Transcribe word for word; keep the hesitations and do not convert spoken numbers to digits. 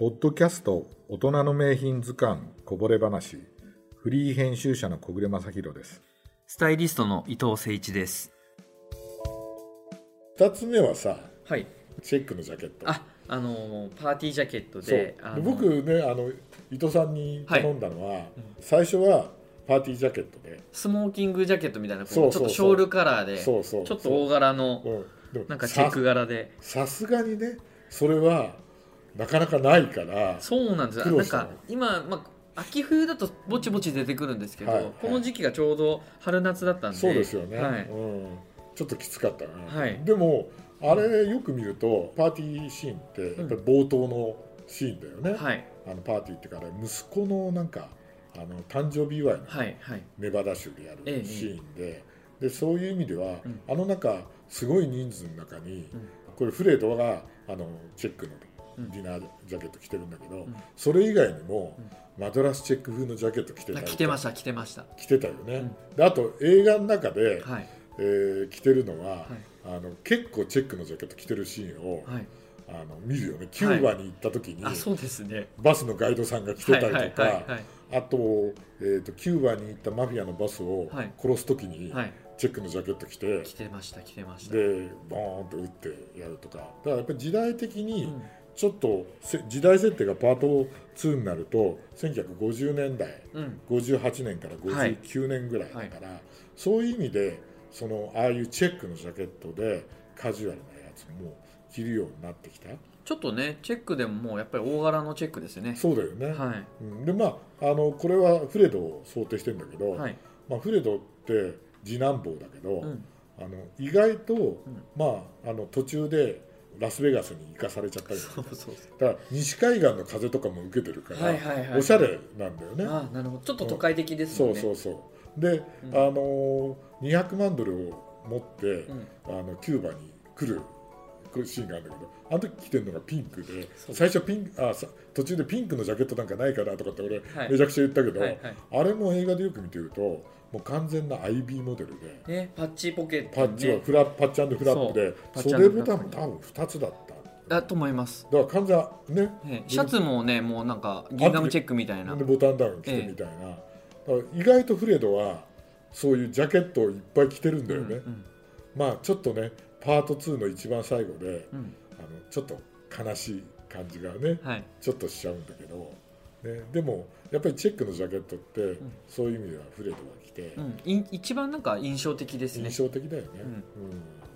ポッドキャスト大人の名品図鑑こぼれ話、フリー編集者の小暮正弘です。 スタイリストの伊藤誠一です。 ふたつめはさ、 はい、 チェックのジャケット。 あ、あのパーティージャケットで、 そうで僕ね、あの伊藤さんに頼んだのは、はい、最初はパーティージャケットでスモーキングジャケットみたいな、ちょっとショールカラーで、 そうそうちょっと大柄の、うん、なんかチェック柄で、 さすがにねそれはなかなかないから。 そうなんですよ。なんか今、まあ、秋冬だとぼちぼち出てくるんですけど、はいはい、この時期がちょうど春夏だったんで。 そうですよね、 はい、 うん、ちょっときつかったな、 はい、 でもあれよく見るとパーティーシーンってやっぱり冒頭のシーンだよね、うん、はい、あのパーティーってから息子のなんかあの誕生日祝いのネバダ州でやるシーンで、はいはい、でそういう意味では、うん、あの中すごい人数の中に、うん、これフレードがあのチェックのディナージャケット着てるんだけど、うん、それ以外にも、うん、マドラスチェック風のジャケット着てたり着てました着てました着てたよね、うん、であと映画の中で、はい、えー、着てるのは、はい、あの結構チェックのジャケット着てるシーンを、はい、あの見るよね。キューバに行った時に、はい、あ、そうですね、バスのガイドさんが着てたりとか、はいはいはいはい、あと、えーと、キューバに行ったマフィアのバスを殺す時に、はいはい、チェックのジャケット着て着てました着てましたでボーンと打ってやるとか。だからやっぱり時代的に、うん、ちょっと時代設定がパートツーになるとせんきゅうひゃくごじゅうねんだい、うん、ごじゅうはちねんからごじゅうきゅうねんぐらいだから、はいはい、そういう意味でそのああいうチェックのジャケットでカジュアルなやつも着るようになってきた。 ちょっとねチェックでももうやっぱり大柄のチェックですね。 そうだよね、はい、うん、でまあ、あのこれはフレドを想定してるんだけど、はい、まあ、フレドって次男坊だけど、うん、あの意外と、うん、まあ、あの途中でラスベガスに行かされちゃったりとか、そうそうそう、だから西海岸の風とかも受けてるから、はいはいはい、おしゃれなんだよね。 ああ、なるほど、ちょっと都会的ですもんね、 うん、そうそうそうで、うん、あのにひゃくまんドルを持って、うん、あのキューバに来るシーンがあるんだけど、あの時着てるのがピンクで、最初ピンあさ途中でピンクのジャケットなんかないかなとかって俺、はい、めちゃくちゃ言ったけど、はいはい、あれも映画でよく見てるともう完全な アイビー モデルで、 ね、パッチポケット、ね、 パッチはフラパッチ&フラップで袖ボタンも多分ふたつだっただと思います。 だから完全ね、 ね、シャツもねもうなんかギンガムチェックみたいなでボタンダウン着てみたいな、ええ、だから意外とフレドはそういうジャケットをいっぱい着てるんだよね、うんうん、まあちょっとねパートツーの一番最後で、うん、あのちょっと悲しい感じがね、はい、ちょっとしちゃうんだけど、ね、でもやっぱりチェックのジャケットって、うん、そういう意味ではフレドが着て、 うん、一番なんか印象的ですね。 印象的だよね、うんうん